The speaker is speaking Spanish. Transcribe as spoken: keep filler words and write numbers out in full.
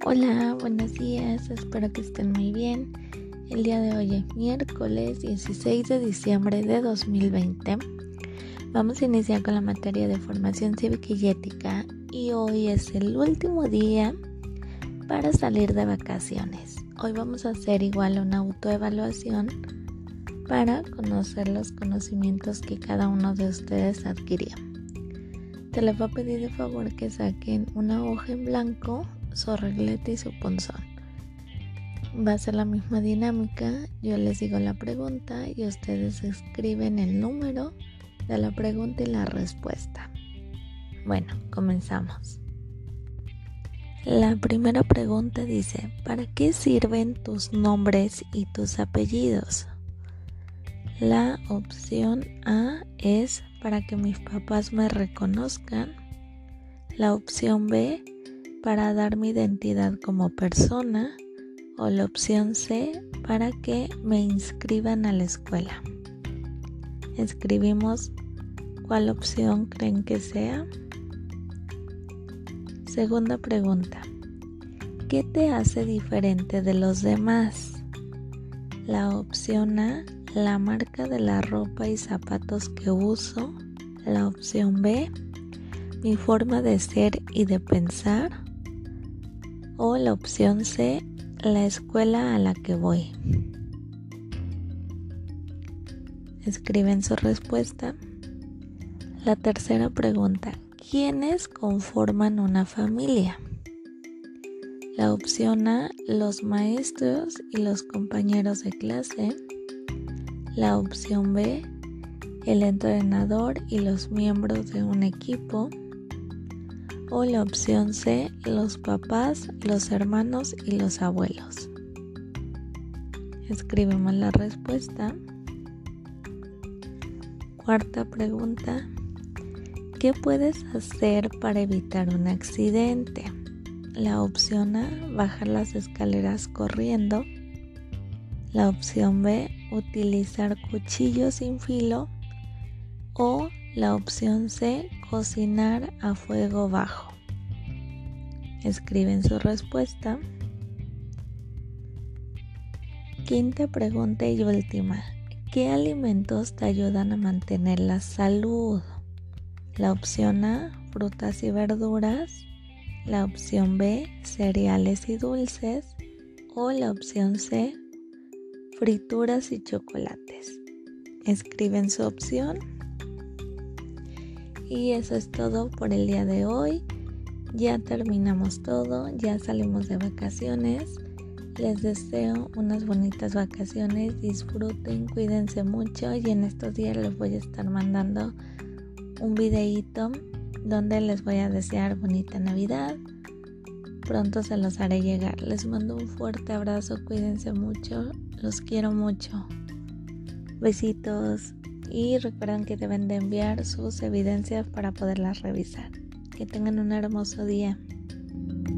Hola, buenos días, espero que estén muy bien. El día de hoy es miércoles dieciséis de diciembre de dos mil veinte. Vamos a iniciar con la materia de formación cívica y ética y hoy es el último día para salir de vacaciones. Hoy vamos a hacer igual una autoevaluación para conocer los conocimientos que cada uno de ustedes adquirió. Se les va a pedir de favor que saquen una hoja en blanco, su regleta y su punzón. Va a ser la misma dinámica, yo les digo la pregunta y ustedes escriben el número de la pregunta y la respuesta. Bueno, comenzamos. La primera pregunta dice, ¿para qué sirven tus nombres y tus apellidos? La opción A es para que mis papás me reconozcan. La opción B, para dar mi identidad como persona. O la opción C, para que me inscriban a la escuela. Escribimos cuál opción creen que sea. Segunda pregunta, ¿qué te hace diferente de los demás? La opción A, la marca de la ropa y zapatos que uso. La opción B, mi forma de ser y de pensar. O la opción C, la escuela a la que voy. Escriben su respuesta. La tercera pregunta, ¿quiénes conforman una familia? La opción A, los maestros y los compañeros de clase. La opción B, el entrenador y los miembros de un equipo. O la opción C, los papás, los hermanos y los abuelos. Escribimos la respuesta. Cuarta pregunta, ¿qué puedes hacer para evitar un accidente? La opción A, bajar las escaleras corriendo. La opción B, utilizar cuchillos sin filo. O la opción C, cocinar a fuego bajo. Escriben su respuesta. Quinta pregunta y última, ¿qué alimentos te ayudan a mantener la salud? La opción A, frutas y verduras. La opción B, cereales y dulces. O la opción C, frituras y chocolates. Escriben su opción. Y eso es todo por el día de hoy. Ya terminamos todo, ya salimos de vacaciones. Les deseo unas bonitas vacaciones, disfruten, cuídense mucho y en estos días les voy a estar mandando un videíto donde les voy a desear bonita Navidad. Pronto se los haré llegar. Les mando un fuerte abrazo, cuídense mucho, los quiero mucho. Besitos. Y recuerden que deben de enviar sus evidencias para poderlas revisar. Que tengan un hermoso día.